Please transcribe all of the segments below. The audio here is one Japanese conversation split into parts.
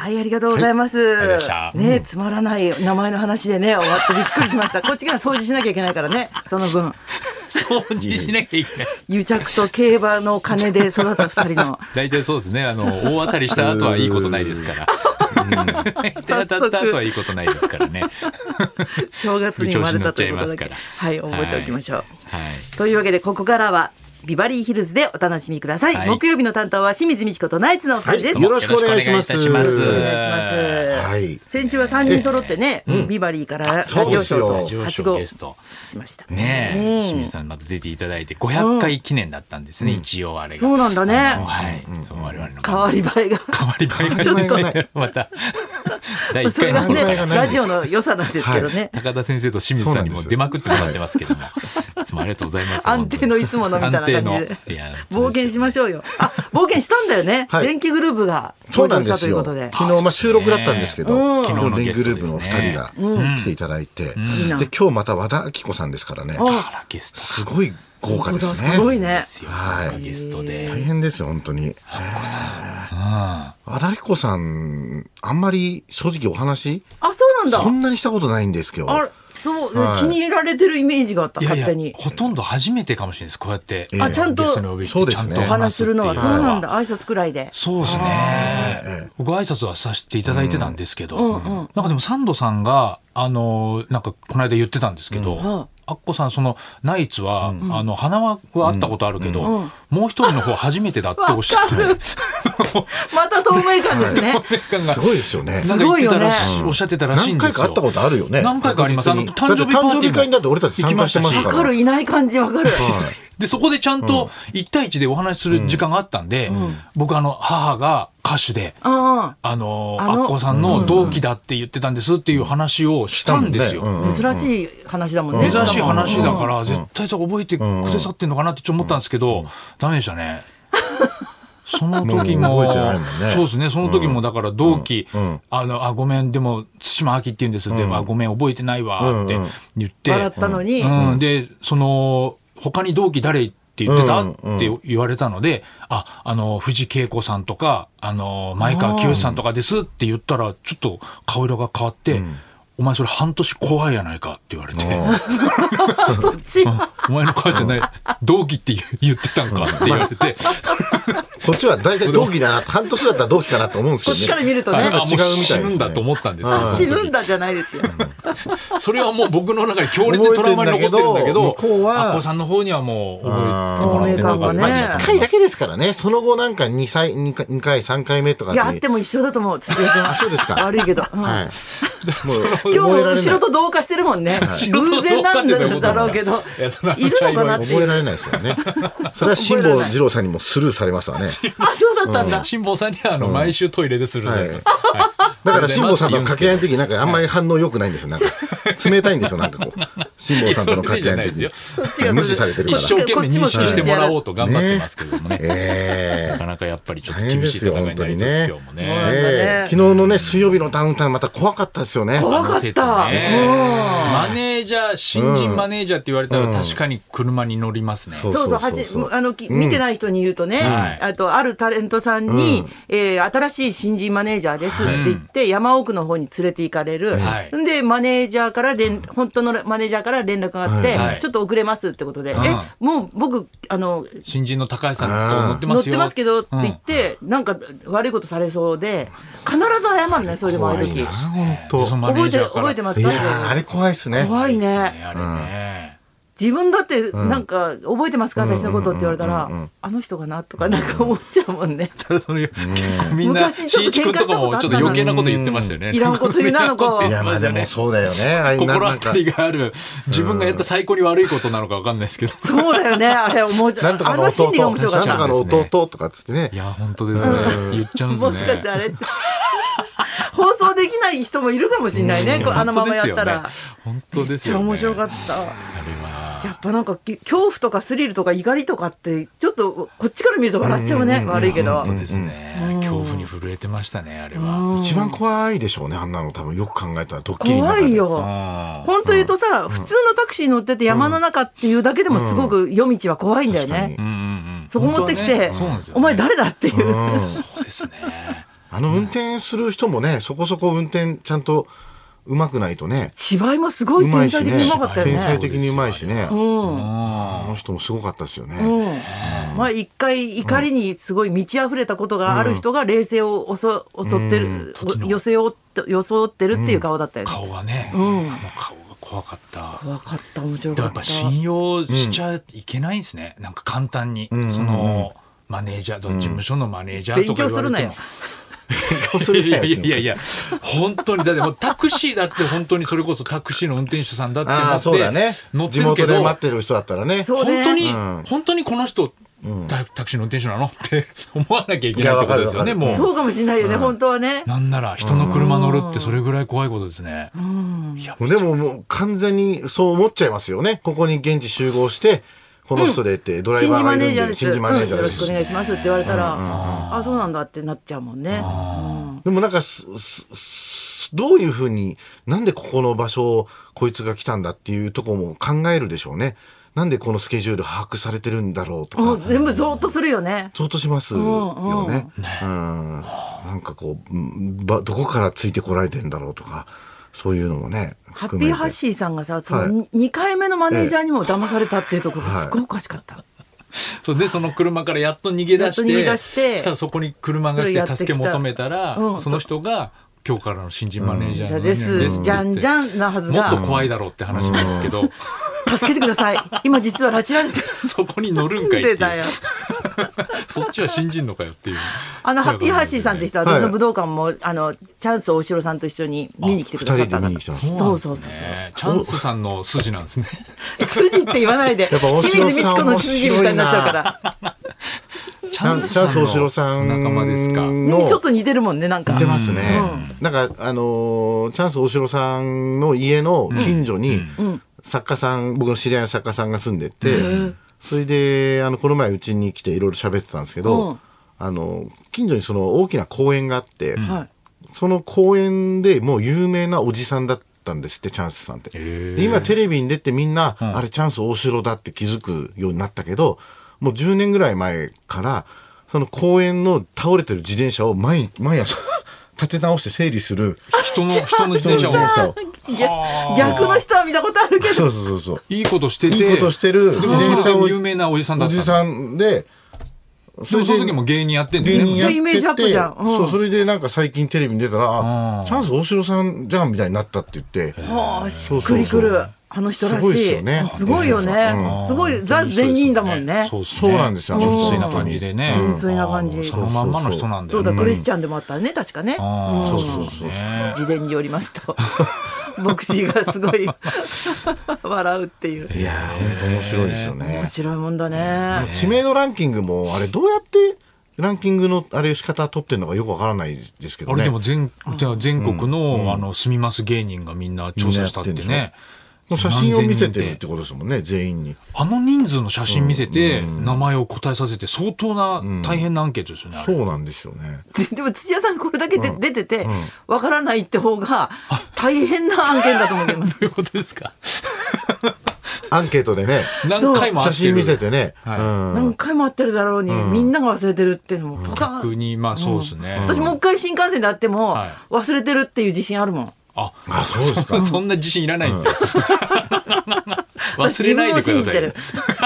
はい、ありがとうございます。ね、つまらない名前の話でね、終わってびっくりしました。こっちが掃除しなきゃいけないからね、その分。 掃除しなきゃいけない。 癒着と競馬の金で育った二人の。 大体そうですね。大当たりした後はいいことないですから。当たった後はいいことないですからね。 正月に生まれたということだけ、はい、覚えておきましょう。というわけで、ここからはビバリーヒルズでお楽しみください。木曜日の担当は清水美智子とナイツのお二人です。 よろしくお願いします。 お願いします。先週は3人揃ってね、ビバリーからラジオショーと8号ゲストしましたね。清水さんまた出ていただいて500回記念だったんですね。一応あれが。 そうなんだね。 はい。我々の変わり映えがちょっとまた第1回の頃からラジオの良さなんですけどね。 高田先生と清水さんにも出まくってもらってますけども、いつもありがとうございます。 安定のいつものみたいな感じで冒険しましょうよ。冒険したんだよね。電気グループが登場したということで、 昨日収録だったんですけど、電気グループの2人が来ていただいて、で今日また和田アキ子さんですからね。すごい豪華ですね。 すごいね。 ゲストで大変ですよ本当に。和田アキ子さんあんまり正直お話そんなにしたことないんですけど。 そう、気に入られてるイメージがあった。勝手にほとんど初めてかもしれないです。こうやってちゃんとお話するのはそうなんだ。挨拶くらいで。 そうですね。僕挨拶はさせていただいてたんですけど、なんかでもサンドさんがなんかこの間言ってたんですけど、アッコさんそのナイツは花輪は会ったことあるけど、もう一人の方初めてだっておっしゃってて、 また透明感ですね。 すごいですよね。 なんか言ってたらしおっしゃってたらしいんですよ。 何回か会ったことあるよね。 何回かあります。 誕生日会にだって俺たち参加してますから。 わかる、いない感じわかる。 でそこでちゃんと1対1でお話しする時間があったんで、僕母が歌手でアッコさんの同期だって言ってたんですっていう話をしたんですよ。 珍しい話だもんね。 珍しい話だから絶対覚えてくださってんのかなってちょっと思ったんですけど、ダメでしたね。その時もそうですね。その時もだから同期ごめんでも対馬亜希って言うんですって、ごめん覚えてないわって言って笑ったのに、 で他に同期誰って言ってたって言われたので、藤恵子さんとか前川清さんとかですって言ったらちょっと顔色が変わって、お前それ半年怖いやないかって言われて、 そっちお前の顔じゃない同期って言ってたんかって言われて、 こっちは大体同期だな、半年だったら同期かなと思うんですけどね。 こっちから見るとね、 違うみたいですね。 死ぬんだと思ったんですよ。 死ぬんだじゃないですよ。 それはもう僕の中に強烈にトラウマに残ってるんだけど、アッコさんの方にはもう覚えてもらってなかった。 1回だけですからね。その後なんか2回3回目とかで。 いや、あっても一緒だと思う。 そうですか。 悪いけど。今日後ろと同化してるもんね。偶然なんだろうけど、いるのかなって。 覚えられないですよね。それは辛坊治郎さんにもスルーされますわね。 そうだったんだ。 辛坊さんには毎週トイレでする。 だから辛坊さんとの掛け合いの時なんかあんまり反応良くないんですよ。なんか冷たいんですよ。なんかこう辛坊さんとの掛け合いの時無視されてるから。 一生懸命認識してもらおうと頑張ってますけどもね。なかなかやっぱりちょっと厳しい戦いになります。今日もね。 昨日のね水曜日のダウンタウンまた怖かったですよね。 怖かった。 マネージャー、新人マネージャーって言われたら確かに車に乗りますね。 そうそう、見てない人に言うとね、あるタレントさんに新しい新人マネージャーですって言って山奥の方に連れて行かれる。でマネージャーから本当のマネージャーから連絡があってちょっと遅れますってことで、もう僕新人の高橋さんと乗ってますよ。 乗ってますけどって言ってなんか悪いことされそうで必ず謝るね。それでもある時覚えてますか？ いやあれ怖いですね。 怖いね。自分だってなんか覚えてますか私のことって言われたらあの人かなとかなんか思っちゃうもんね。 みんなしんいちくんとかもちょっと余計なこと言ってましたよね。 いらんこと言うなのか。 いやまあでもそうだよね。 心当たりがある自分がやった最高に悪いことなのか分かんないですけど。 そうだよね。あれ思う。あの心理が面白かった。 なんとかの弟とかつってね。 いや本当ですね。言っちゃうんですね。 もしかしてあれ放送できない人もいるかもしれないね。あのままやったら。 本当ですよね。 面白かった。やっぱなんか恐怖とかスリルとか怒りとかってちょっとこっちから見ると笑っちゃうね。悪いけど。 本当ですね。恐怖に震えてましたねあれは。 一番怖いでしょうね。あんなの多分よく考えたらドッキリの中で。 怖いよ。本当言うとさ、普通のタクシー乗ってて山の中っていうだけでもすごく夜道は怖いんだよね。そこ持ってきてお前誰だっていう。 そうですね。 運転する人もね、そこそこ運転ちゃんと上手くないとね。 芝居もすごい天才的に上手かったよね。 天才的に上手いしね。あの人もすごかったですよね。 まあ一回怒りにすごい満ち溢れたことがある人が冷静を襲ってる、装ってるっていう顔だったよね。 顔がね、あの顔が怖かった。 怖かった、面白かった。 やっぱ信用しちゃいけないんですね。なんか簡単にそのマネージャー、事務所のマネージャーとか言われても。いや本当にだってもうタクシーだって本当にそれこそタクシーの運転手さんだって思ってそうだね、 乗ってるけど、 地元で待ってる人だったらね、 本当にこの人タクシーの運転手なのって思わなきゃいけないってことですよね。もうそうかもしれないよね、本当はね。 なんなら人の車乗るってそれぐらい怖いことですね。 でももう完全にそう思っちゃいますよね。ここに現地集合してこの人でってドライバーがいるんで、新人マネージャーです、 よろしくお願いしますって言われたら、あ、そうなんだってなっちゃうもんね。 でもなんかどういうふうに、なんでここの場所をこいつが来たんだっていうところも考えるでしょうね。なんでこのスケジュール把握されてるんだろうとか。 全部ゾーッとするよね。 ゾーッとしますよね。なんかこうどこからついてこられてるんだろうとか。そういうのもね、 ハッピーハッシーさんがさ、その2回目のマネージャーにも騙されたっていうところがすごくおかしかった。 そうで、その車からやっと逃げ出してしたらそこに車が来て助け求めたら、その人が今日からの新人マネージャーですじゃんじゃんなはずが、 もっと怖いだろうって話なんですけど、 助けてください、今実は拉致られてそこに乗るんかいっていうそっちは信じんのかよっていう。 ハッピーハッシーさんって人は私の武道館もチャンス大城さんと一緒に見に来てくださったから。そうチャンスさんの筋なんですね。 筋って言わないで、清水美智子の筋みたいになっちゃうから。 チャンス大城さん仲間ですか。 ちょっと似てるもんね、なんか似てますね。なんかチャンス大城さんの家の近所に作家さん、僕の知り合いの作家さんが住んでて、それでこの前うちに来ていろいろ喋ってたんですけど、近所にその大きな公園があって、その公園でもう有名なおじさんだったんですって、チャンスさんって。で今テレビに出てみんな、あれチャンス大城だって気づくようになったけど、もう10年ぐらい前からその公園の倒れてる自転車を毎朝立て直して整理する人の自転車を逆の人は見たことあるけど、 そういいことしてて、いいことしてる自転車を有名なおじさんだった。 おじさんで、 その時も芸人やってんだよね。 めっちゃイメージアップじゃん。 そう、それでなんか最近テレビに出たら、チャンス大城さんじゃんみたいになったって言って、 しっくりくる。あの人らしい。すごいよね。すごいザ善人だもんね。 そうなんですよ。 純粋な感じでね。 純粋な感じ。 そのまんまの人なんだよね。 そうだ、クリスチャンでもあったね、確かね。 そう自伝によりますと、牧師がすごい笑うっていう。 いやー、本当面白いですよね。 面白いもんだね。 知名度ランキングもあれどうやってランキングのあれ仕方取ってるのかよくわからないですけどね。 あれでも全国の住みます芸人がみんな調査したってね。 写真を見せてるってことですもんね、全員に。 人数の写真見せて、名前を答えさせて、相当な大変なアンケートですよね。 そうなんですよね。 でも土屋さんこれだけで出ててわからないって方が大変な案件だと思うけど。 どういうことですか。 アンケートでね、 何回も写真見せてね、 何回も会ってるだろうに、みんなが忘れてるっていうのも逆にまあそうですね。 私もう一回新幹線で会っても忘れてるっていう自信あるもん。 そうですか。そんな自信いらないんですよ。忘れないでください。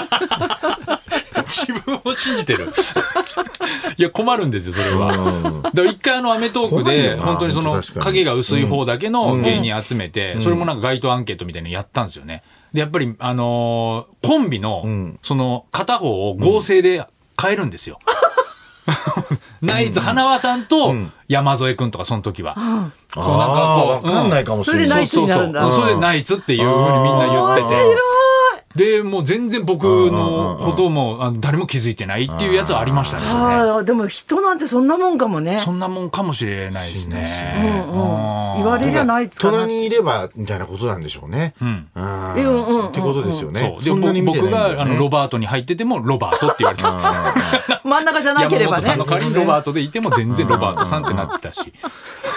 自分を信じてる。いや困るんですよ、それは。だから一回アメトークで本当にその影が薄い方だけの芸人集めて、それもなんか街頭アンケートみたいなのやったんですよね。でやっぱりコンビのその片方を合成で変えるんですよ。ナイツ花輪さんと山添君とかその時は、 そうなんかこう分かんないかもしれない。 それでナイツになるんだ。 それでナイツっていうふうにみんな言ってて。でもう全然僕のことも誰も気づいてないっていうやつはありましたね。 でも人なんてそんなもんかもね。 そんなもんかもしれないですね。 言われりゃないつかな。 隣にいればみたいなことなんでしょうね。ってことですよね。 で僕がロバートに入っててもロバートって言われてました。 真ん中じゃなければね。 山本さんの代わりにロバートでいても全然ロバートさんってなってたし。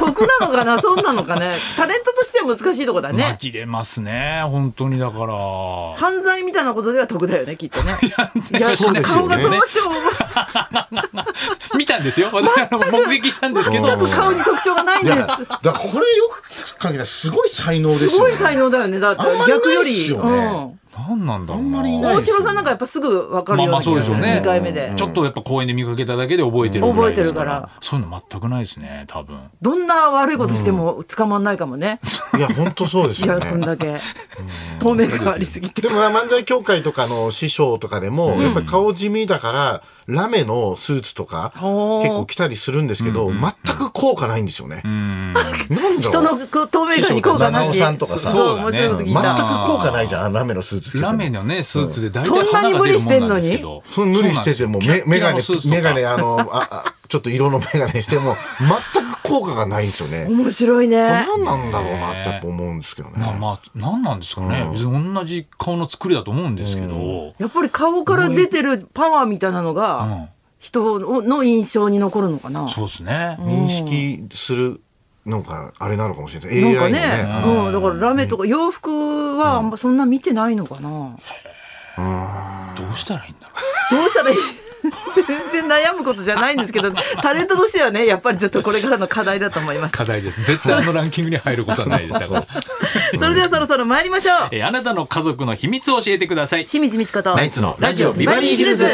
得なのかな、そんなのかね。タレントとしては難しいとこだね。 紛れますね、本当に。だから犯罪みたいなことでは得だよね、きっとね。 いや、そうですよ顔がどうね。 しても見たんですよ、私目撃したんですけど、 全く顔に特徴がないんです。 いや、だからこれよく考えたらすごい才能ですよね。 すごい才能だよね。だって逆より。 何なんだろうな。 あんまりいない大城さんなんかやっぱすぐ分かるような気がする。2回目で。 ちょっとやっぱ公園で見かけただけで覚えてるぐらいですから。そういうの全くないですね、多分。 どんな悪いことしても捕まんないかもね。 いや、本当そうですよね。 平君だけ透明感ありすぎて。 でも漫才協会とかの師匠とかでも、やっぱり顔地味だからラメのスーツとか結構着たりするんですけど、全く効果ないんですよね。なんだろう。 人の透明感に効果なし。 長尾さんとかさ、 面白いこと聞いた。 全く効果ないじゃん、ラメのスーツ着てても。 ラメのねスーツで大体そんなに無理してんのに。 そん無理しててもメガネちょっと色のメガネしても全く効果がないんですよね。 面白いね。 何なんだろうなってやっぱ思うんですけどね。 何なんですかね。別に同じ顔の作りだと思うんですけど、 やっぱり顔から出てるパワーみたいなのが人の印象に残るのかな。 そうですね。 認識するのがあれなのかもしれない。AI のね。 だからラメとか洋服はあんまそんな見てないのかな。 どうしたらいいんだろう。 どうしたらいい。全然悩むことじゃないんですけど、タレントとしてはね、やっぱりちょっとこれからの課題だと思います。 課題です。絶対ランキングに入ることはないですから。 それではそろそろ参りましょう。 あなたの家族の秘密を教えてください。 清水美智子とナイツのラジオビバリーヒルズ。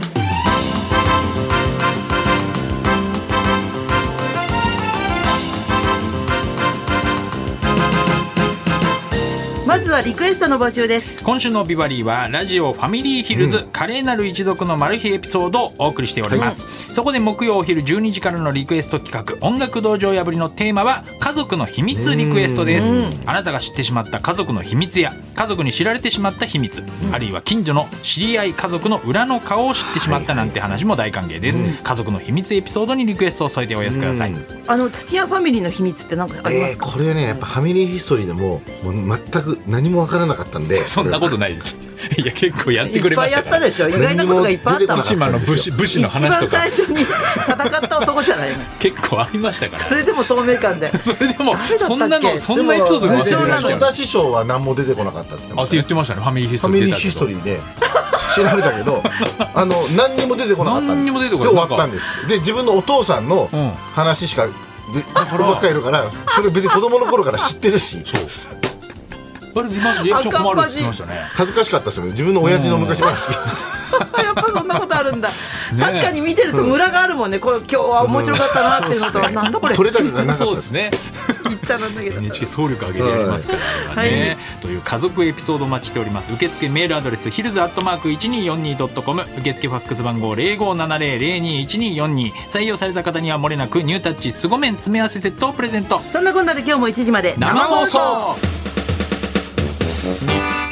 まずはリクエストの募集です。 今週のビバリーはラジオファミリーヒルズ、華麗なる一族のマル秘エピソードをお送りしております、そこで木曜お昼12時からのリクエスト企画音楽道場破りのテーマは家族の秘密リクエストです。あなたが知ってしまった家族の秘密や家族に知られてしまった秘密、あるいは近所の知り合い家族の裏の顔を知ってしまったなんて話も大歓迎です、家族の秘密エピソードにリクエストを添えてお寄せください。 土屋ファミリーの秘密って何かありますか？ これね、やっぱファミリーヒストリーでも全く何も分からなかったんで。 そんなことないです。いや結構やってくれましたから。 いっぱいやったでしょ。意外なことがいっぱいあった。 対馬の武士の話とか一番最初に戦った男じゃないの。 結構ありましたから。 それでも透明感で。 それでもそんなエピソードが忘れられちゃう。 翔太師匠は何も出てこなかったって言ってましたね。ファミリーヒストリー。 ファミリーヒストリーで調べたけど何にも出てこなかったんで。で終わったんです。で自分のお父さんの話しかばっかりいるから、それ別に子供の頃から知ってるし。 あれ今リアクション困るって言ってましたね。 恥ずかしかったですよね。自分の親父の昔話。 やっぱそんなことあるんだ。確かに見てるとムラがあるもんね。今日は面白かったなっていうのと、なんだこれ。 取れたけがなかった。 そうですね。 言っちゃなんだけど。 NHK 総力上げてやりますからね。という家族エピソードお待ちしております。受付メールアドレスヒルズ@1242.com、受付ファックス番号0570-021242。採用された方にはもれなくニュータッチ凄麺詰め合わせセットをプレゼント。 そんなこんなで今日も1時まで生放送。日